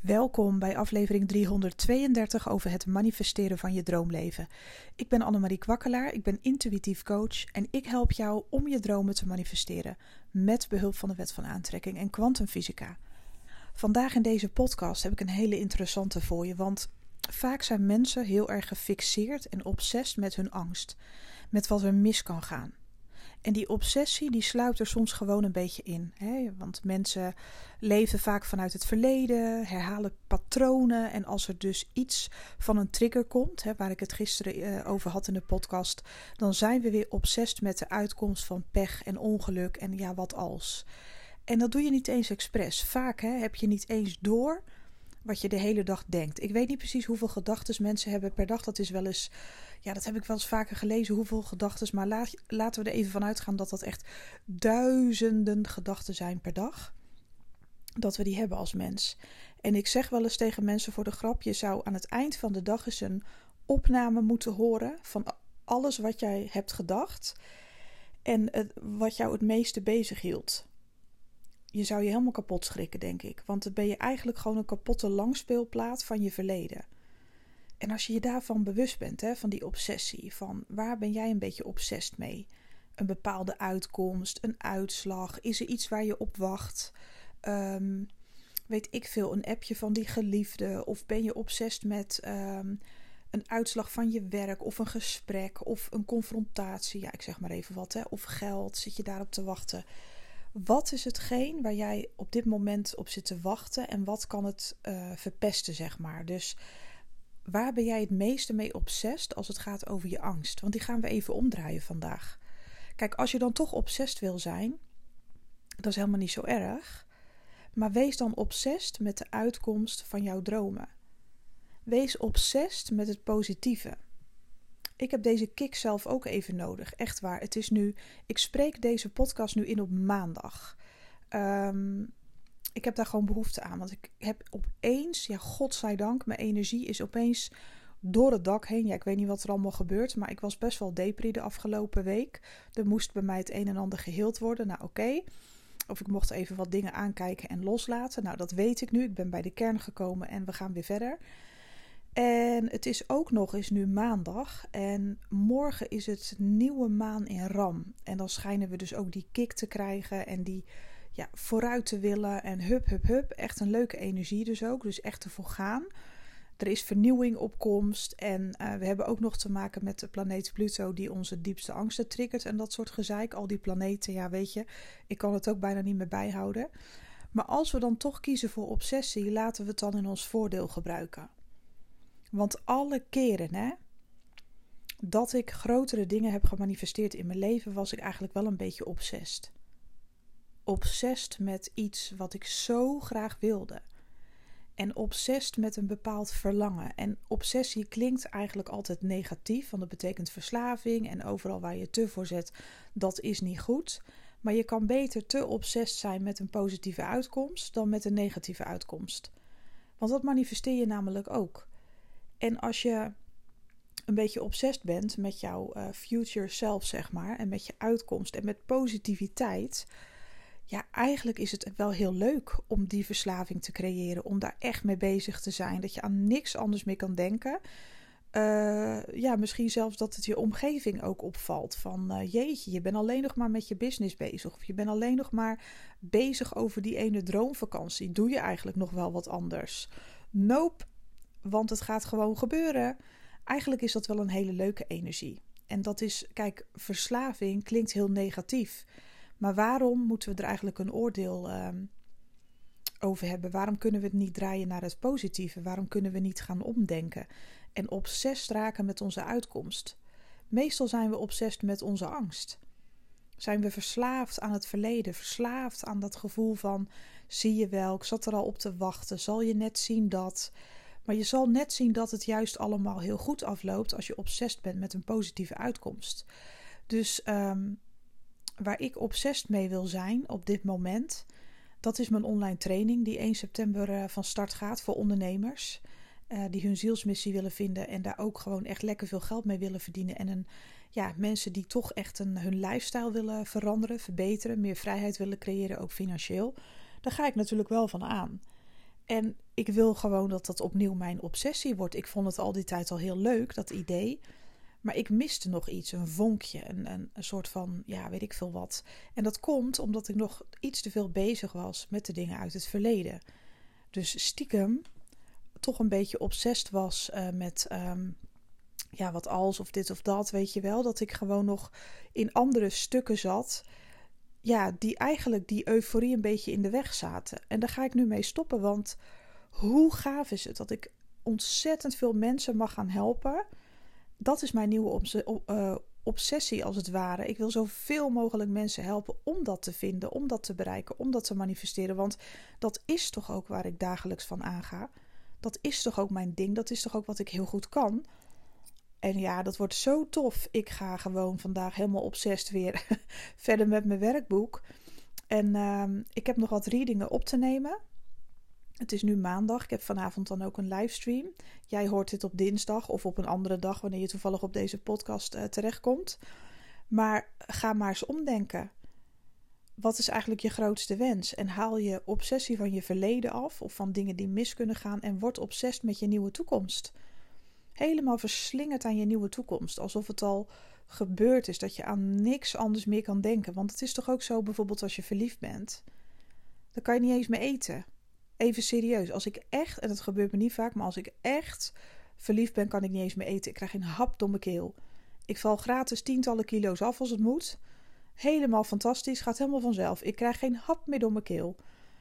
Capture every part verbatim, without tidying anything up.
Welkom bij aflevering driehonderdtweeëndertig over het manifesteren van je droomleven. Ik ben Annemarie Kwakkelaar, ik ben intuïtief coach en ik help jou om je dromen te manifesteren met behulp van de wet van aantrekking en kwantumfysica. Vandaag in deze podcast heb ik een hele interessante voor je, want vaak zijn mensen heel erg gefixeerd en obsessief met hun angst, met wat er mis kan gaan. En die obsessie die sluipt er soms gewoon een beetje in. Hè? Want mensen leven vaak vanuit het verleden, herhalen patronen. En als er dus iets van een trigger komt, hè, waar ik het gisteren uh, over had in de podcast, dan zijn we weer obsessief met de uitkomst van pech en ongeluk en ja, wat als. En dat doe je niet eens expres. Vaak hè, heb je niet eens door wat je de hele dag denkt. Ik weet niet precies hoeveel gedachten mensen hebben per dag. Dat is wel eens, ja, dat heb ik wel eens vaker gelezen, hoeveel gedachten. Maar laat, laten we er even van uitgaan dat dat echt duizenden gedachten zijn per dag. Dat we die hebben als mens. En ik zeg wel eens tegen mensen voor de grap, je zou aan het eind van de dag eens een opname moeten horen van alles wat jij hebt gedacht en het, wat jou het meeste bezig hield. Je zou je helemaal kapot schrikken, denk ik. Want dan ben je eigenlijk gewoon een kapotte langspeelplaat van je verleden. En als je je daarvan bewust bent, hè, van die obsessie, van waar ben jij een beetje obsessief mee? Een bepaalde uitkomst, een uitslag, is er iets waar je op wacht? Um, weet ik veel, een appje van die geliefde? Of ben je obsessief met um, een uitslag van je werk of een gesprek of een confrontatie? Ja, ik zeg maar even wat, hè. Of geld, zit je daarop te wachten? Wat is hetgeen waar jij op dit moment op zit te wachten en wat kan het uh, verpesten, zeg maar? Dus waar ben jij het meeste mee obsessief als het gaat over je angst? Want die gaan we even omdraaien vandaag. Kijk, als je dan toch obsessief wil zijn, dat is helemaal niet zo erg. Maar wees dan obsessief met de uitkomst van jouw dromen. Wees obsessief met het positieve. Ik heb deze kick zelf ook even nodig. Echt waar. Het is nu. Ik spreek deze podcast nu in op maandag. Um, ik heb daar gewoon behoefte aan. Want ik heb opeens, ja, godzijdank, mijn energie is opeens door het dak heen. Ja, ik weet niet wat er allemaal gebeurt. Maar ik was best wel depri de afgelopen week. Er moest bij mij het een en ander geheeld worden. Nou, oké. Okay. Of ik mocht even wat dingen aankijken en loslaten. Nou, dat weet ik nu. Ik ben bij de kern gekomen en we gaan weer verder. En het is ook nog eens nu maandag en morgen is het nieuwe maan in Ram. En dan schijnen we dus ook die kick te krijgen en die ja, vooruit te willen en hup, hup, hup. Echt een leuke energie dus ook, dus echt ervoor gaan. Er is vernieuwing op komst en uh, we hebben ook nog te maken met de planeet Pluto die onze diepste angsten triggert en dat soort gezeik. Al die planeten, ja weet je, ik kan het ook bijna niet meer bijhouden. Maar als we dan toch kiezen voor obsessie, laten we het dan in ons voordeel gebruiken. Want alle keren hè, dat ik grotere dingen heb gemanifesteerd in mijn leven, was ik eigenlijk wel een beetje obsessief. Obsessief met iets wat ik zo graag wilde. En obsessief met een bepaald verlangen. En obsessie klinkt eigenlijk altijd negatief, want dat betekent verslaving. En overal waar je te voor zet, dat is niet goed. Maar je kan beter te obsessief zijn met een positieve uitkomst dan met een negatieve uitkomst. Want dat manifesteer je namelijk ook. En als je een beetje obsessief bent met jouw uh, future self, zeg maar, en met je uitkomst en met positiviteit, ja, eigenlijk is het wel heel leuk om die verslaving te creëren, om daar echt mee bezig te zijn, dat je aan niks anders meer kan denken. Uh, ja, misschien zelfs dat het je omgeving ook opvalt van uh, jeetje, je bent alleen nog maar met je business bezig of je bent alleen nog maar bezig over die ene droomvakantie. Doe je eigenlijk nog wel wat anders? Nope. Want het gaat gewoon gebeuren. Eigenlijk is dat wel een hele leuke energie. En dat is, kijk, verslaving klinkt heel negatief. Maar waarom moeten we er eigenlijk een oordeel uh, over hebben? Waarom kunnen we het niet draaien naar het positieve? Waarom kunnen we niet gaan omdenken? En obsessief raken met onze uitkomst? Meestal zijn we obsessief met onze angst. Zijn we verslaafd aan het verleden? Verslaafd aan dat gevoel van, zie je wel, ik zat er al op te wachten. Zal je net zien dat... Maar je zal net zien dat het juist allemaal heel goed afloopt als je obsessief bent met een positieve uitkomst. Dus um, waar ik obsessief mee wil zijn op dit moment, dat is mijn online training die één september uh, van start gaat voor ondernemers. Uh, die hun zielsmissie willen vinden en daar ook gewoon echt lekker veel geld mee willen verdienen. En een, ja, mensen die toch echt een, hun lifestyle willen veranderen, verbeteren, meer vrijheid willen creëren, ook financieel. Daar ga ik natuurlijk wel van aan. En ik wil gewoon dat dat opnieuw mijn obsessie wordt. Ik vond het al die tijd al heel leuk, dat idee. Maar ik miste nog iets, een vonkje, een, een, een soort van, ja, weet ik veel wat. En dat komt omdat ik nog iets te veel bezig was met de dingen uit het verleden. Dus stiekem toch een beetje obsessed was uh, met, um, ja, wat als of dit of dat, weet je wel. Dat ik gewoon nog in andere stukken zat, ja, die eigenlijk die euforie een beetje in de weg zaten. En daar ga ik nu mee stoppen, want hoe gaaf is het dat ik ontzettend veel mensen mag gaan helpen. Dat is mijn nieuwe obs- uh, obsessie als het ware. Ik wil zoveel mogelijk mensen helpen om dat te vinden, om dat te bereiken, om dat te manifesteren. Want dat is toch ook waar ik dagelijks van aanga. Dat is toch ook mijn ding. Dat is toch ook wat ik heel goed kan. En ja, dat wordt zo tof. Ik ga gewoon vandaag helemaal obsessed weer verder met mijn werkboek. En uh, ik heb nog wat readingen op te nemen. Het is nu maandag. Ik heb vanavond dan ook een livestream. Jij hoort dit op dinsdag of op een andere dag wanneer je toevallig op deze podcast uh, terechtkomt. Maar ga maar eens omdenken. Wat is eigenlijk je grootste wens? En haal je obsessie van je verleden af of van dingen die mis kunnen gaan en word obsessed met je nieuwe toekomst. Helemaal verslingerd aan je nieuwe toekomst. Alsof het al gebeurd is, dat je aan niks anders meer kan denken. Want het is toch ook zo, bijvoorbeeld als je verliefd bent. Dan kan je niet eens meer eten. Even serieus. Als ik echt, en dat gebeurt me niet vaak, maar als ik echt verliefd ben, kan ik niet eens meer eten. Ik krijg een hap door mijn keel. Ik val gratis tientallen kilo's af als het moet. Helemaal fantastisch. Gaat helemaal vanzelf. Ik krijg geen hap meer door mijn keel.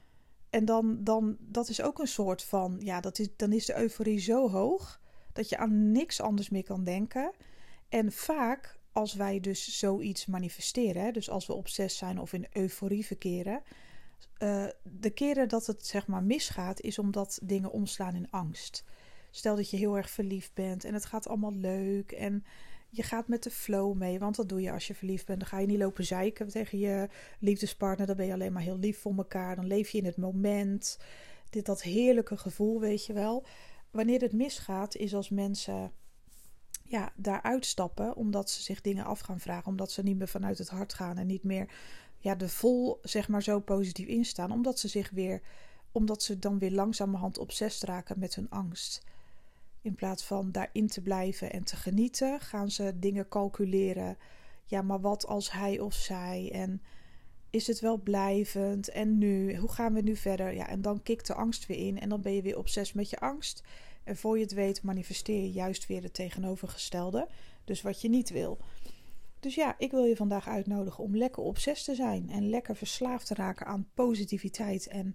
En dan, dan dat is ook een soort van, ja, dat is, dan is de euforie zo hoog dat je aan niks anders meer kan denken. En vaak, als wij dus zoiets manifesteren, hè, dus als we obsessief zijn of in euforie verkeren, uh, de keren dat het zeg maar misgaat, is omdat dingen omslaan in angst. Stel dat je heel erg verliefd bent en het gaat allemaal leuk en je gaat met de flow mee, want dat doe je als je verliefd bent. Dan ga je niet lopen zeiken tegen je liefdespartner, dan ben je alleen maar heel lief voor elkaar. Dan leef je in het moment, dit, dat heerlijke gevoel, weet je wel. Wanneer het misgaat, is als mensen ja, daaruit stappen, omdat ze zich dingen af gaan vragen, omdat ze niet meer vanuit het hart gaan en niet meer ja, de vol, zeg maar, zo positief instaan, omdat ze zich weer, omdat ze dan weer langzamerhand obsessief raken met hun angst. In plaats van daarin te blijven en te genieten, gaan ze dingen calculeren. Ja, maar wat als hij of zij? En is het wel blijvend? En nu? Hoe gaan we nu verder? Ja, en dan kikt de angst weer in en dan ben je weer obsessief met je angst. En voor je het weet manifesteer je juist weer het tegenovergestelde. Dus wat je niet wil. Dus ja, ik wil je vandaag uitnodigen om lekker obsessief te zijn. En lekker verslaafd te raken aan positiviteit en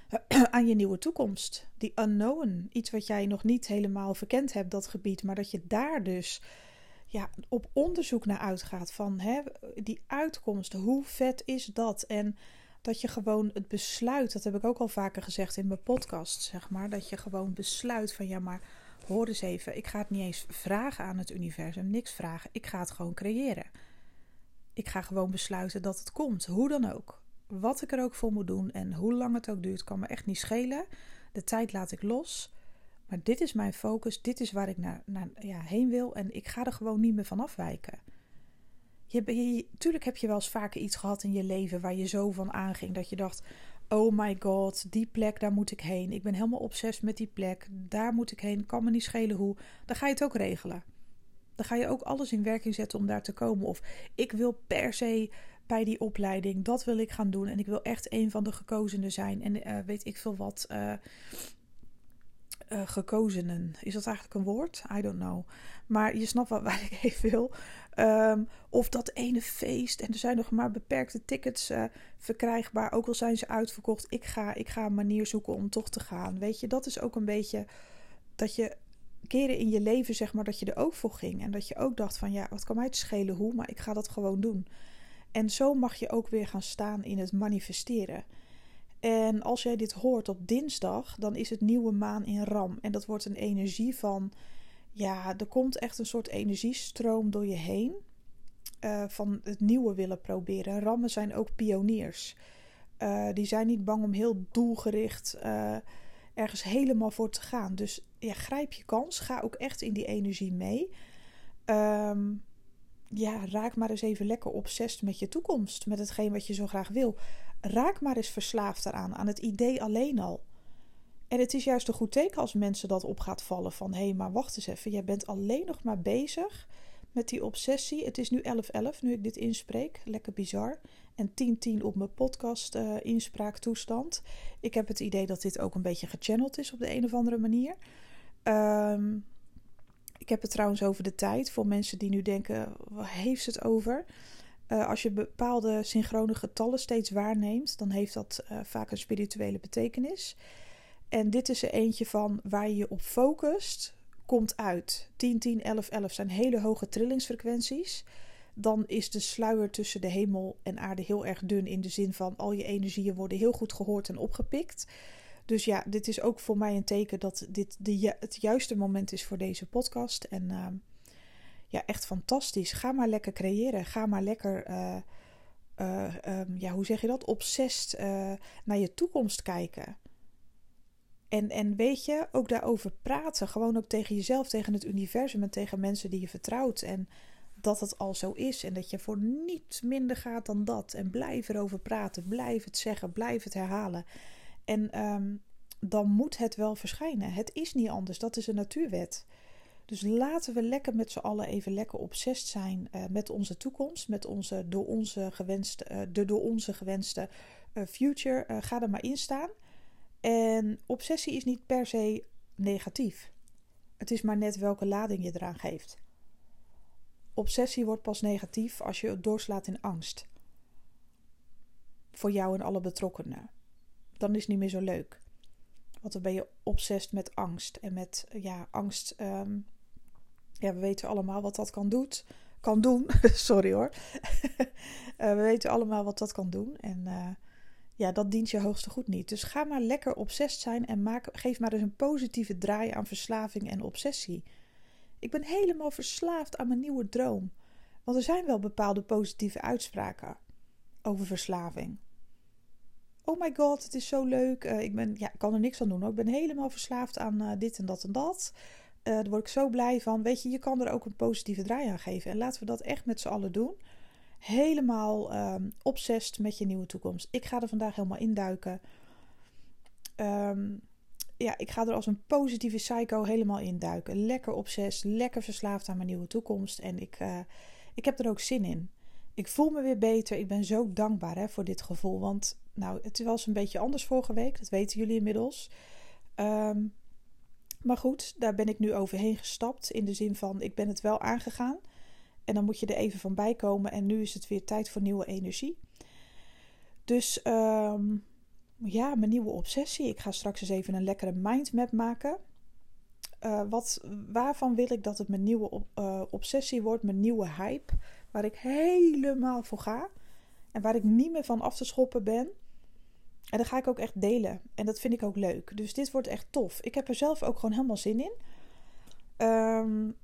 aan je nieuwe toekomst. Die unknown. Iets wat jij nog niet helemaal verkend hebt, dat gebied. Maar dat je daar dus ja, op onderzoek naar uitgaat. Van hè, die uitkomst. Hoe vet is dat? En dat je gewoon het besluit. Dat heb ik ook al vaker gezegd in mijn podcast. Zeg maar. Dat je gewoon besluit van ja, maar hoor eens even. Ik ga het niet eens vragen aan het universum. Niks vragen. Ik ga het gewoon creëren. Ik ga gewoon besluiten dat het komt. Hoe dan ook. Wat ik er ook voor moet doen en hoe lang het ook duurt, kan me echt niet schelen. De tijd laat ik los. Maar dit is mijn focus. Dit is waar ik naar, naar, ja, heen wil. En ik ga er gewoon niet meer van afwijken. Je, je, tuurlijk heb je wel eens vaker iets gehad in je leven waar je zo van aanging. Dat je dacht, oh my god, die plek, daar moet ik heen. Ik ben helemaal obsessief met die plek. Daar moet ik heen. Kan me niet schelen hoe. Dan ga je het ook regelen. Dan ga je ook alles in werking zetten om daar te komen. Of ik wil per se bij die opleiding, dat wil ik gaan doen. En ik wil echt een van de gekozenen zijn. En uh, weet ik veel wat. Uh, uh, gekozenen. Is dat eigenlijk een woord? I don't know. Maar je snapt wat waar ik even wil. Um, of dat ene feest. En er zijn nog maar beperkte tickets uh, verkrijgbaar. Ook al zijn ze uitverkocht. Ik ga, ik ga een manier zoeken om toch te gaan. Weet je, dat is ook een beetje dat je keren in je leven, zeg maar, dat je er ook voor ging. En dat je ook dacht van ja, wat kan mij het schelen hoe, maar ik ga dat gewoon doen. En zo mag je ook weer gaan staan in het manifesteren. En als jij dit hoort op dinsdag, dan is het nieuwe maan in Ram. En dat wordt een energie van, ja, er komt echt een soort energiestroom door je heen. Uh, van het nieuwe willen proberen. Rammen zijn ook pioniers. Uh, die zijn niet bang om heel doelgericht uh, ergens helemaal voor te gaan. Dus ja, grijp je kans. Ga ook echt in die energie mee. Um, ja, raak maar eens even lekker obsessief met je toekomst. Met hetgeen wat je zo graag wil. Raak maar eens verslaafd eraan. Aan het idee alleen al. En het is juist een goed teken als mensen dat op gaat vallen van... hé, hey, maar wacht eens even, jij bent alleen nog maar bezig met die obsessie. Het is nu elf elf nu ik dit inspreek, lekker bizar. En tien tien op mijn podcast uh, inspraaktoestand. Ik heb het idee dat dit ook een beetje gechanneld is op de een of andere manier. Um, ik heb het trouwens over de tijd, voor mensen die nu denken, waar heeft ze het over? Uh, als je bepaalde synchrone getallen steeds waarneemt, dan heeft dat uh, vaak een spirituele betekenis. En dit is er eentje van waar je je op focust, komt uit. tien tien, elf elf zijn hele hoge trillingsfrequenties. Dan is de sluier tussen de hemel en aarde heel erg dun in de zin van al je energieën worden heel goed gehoord en opgepikt. Dus ja, dit is ook voor mij een teken dat dit de, het juiste moment is voor deze podcast. En uh, ja, echt fantastisch. Ga maar lekker creëren. Ga maar lekker, uh, uh, um, ja, hoe zeg je dat? Obsessed uh, naar je toekomst kijken. En, en weet je, ook daarover praten. Gewoon ook tegen jezelf, tegen het universum en tegen mensen die je vertrouwt. En dat het al zo is en dat je voor niets minder gaat dan dat. En blijf erover praten, blijf het zeggen, blijf het herhalen. En um, dan moet het wel verschijnen. Het is niet anders, dat is een natuurwet. Dus laten we lekker met z'n allen even lekker obsessed zijn uh, met onze toekomst. Met onze door onze gewenste, uh, de door onze gewenste uh, future. Uh, ga er maar in staan. En obsessie is niet per se negatief. Het is maar net welke lading je eraan geeft. Obsessie wordt pas negatief als je het doorslaat in angst. Voor jou en alle betrokkenen. Dan is het niet meer zo leuk. Want dan ben je obsessed met angst. En met, ja, angst... Um, ja, we weten allemaal wat dat kan, doet, kan doen. Sorry hoor. uh, we weten allemaal wat dat kan doen. En uh, ja, dat dient je hoogste goed niet. Dus ga maar lekker obsessed zijn. En maak, geef maar eens een positieve draai aan verslaving en obsessie. Ik ben helemaal verslaafd aan mijn nieuwe droom. Want er zijn wel bepaalde positieve uitspraken over verslaving. Oh my god, het is zo leuk. Uh, ik, ben, ja, ik kan er niks aan doen hoor. Ik ben helemaal verslaafd aan uh, dit en dat en dat. Uh, daar word ik zo blij van. Weet je, je kan er ook een positieve draai aan geven. En laten we dat echt met z'n allen doen. Helemaal um, obsessed met je nieuwe toekomst. Ik ga er vandaag helemaal induiken. Um, ja, ik ga er als een positieve psycho helemaal induiken. Lekker obsessed, lekker verslaafd aan mijn nieuwe toekomst. En ik, uh, ik heb er ook zin in. Ik voel me weer beter. Ik ben zo dankbaar hè, voor dit gevoel. Want nou, het was een beetje anders vorige week. Dat weten jullie inmiddels. Um, maar goed, daar ben ik nu overheen gestapt. In de zin van, ik ben het wel aangegaan. En dan moet je er even van bij komen. En nu is het weer tijd voor nieuwe energie. Dus um, ja, mijn nieuwe obsessie. Ik ga straks eens even een lekkere mindmap maken. Uh, wat, waarvan wil ik dat het mijn nieuwe op, uh, obsessie wordt? Mijn nieuwe hype. Waar ik helemaal voor ga. En waar ik niet meer van af te schoppen ben. En dat ga ik ook echt delen. En dat vind ik ook leuk. Dus dit wordt echt tof. Ik heb er zelf ook gewoon helemaal zin in. Um,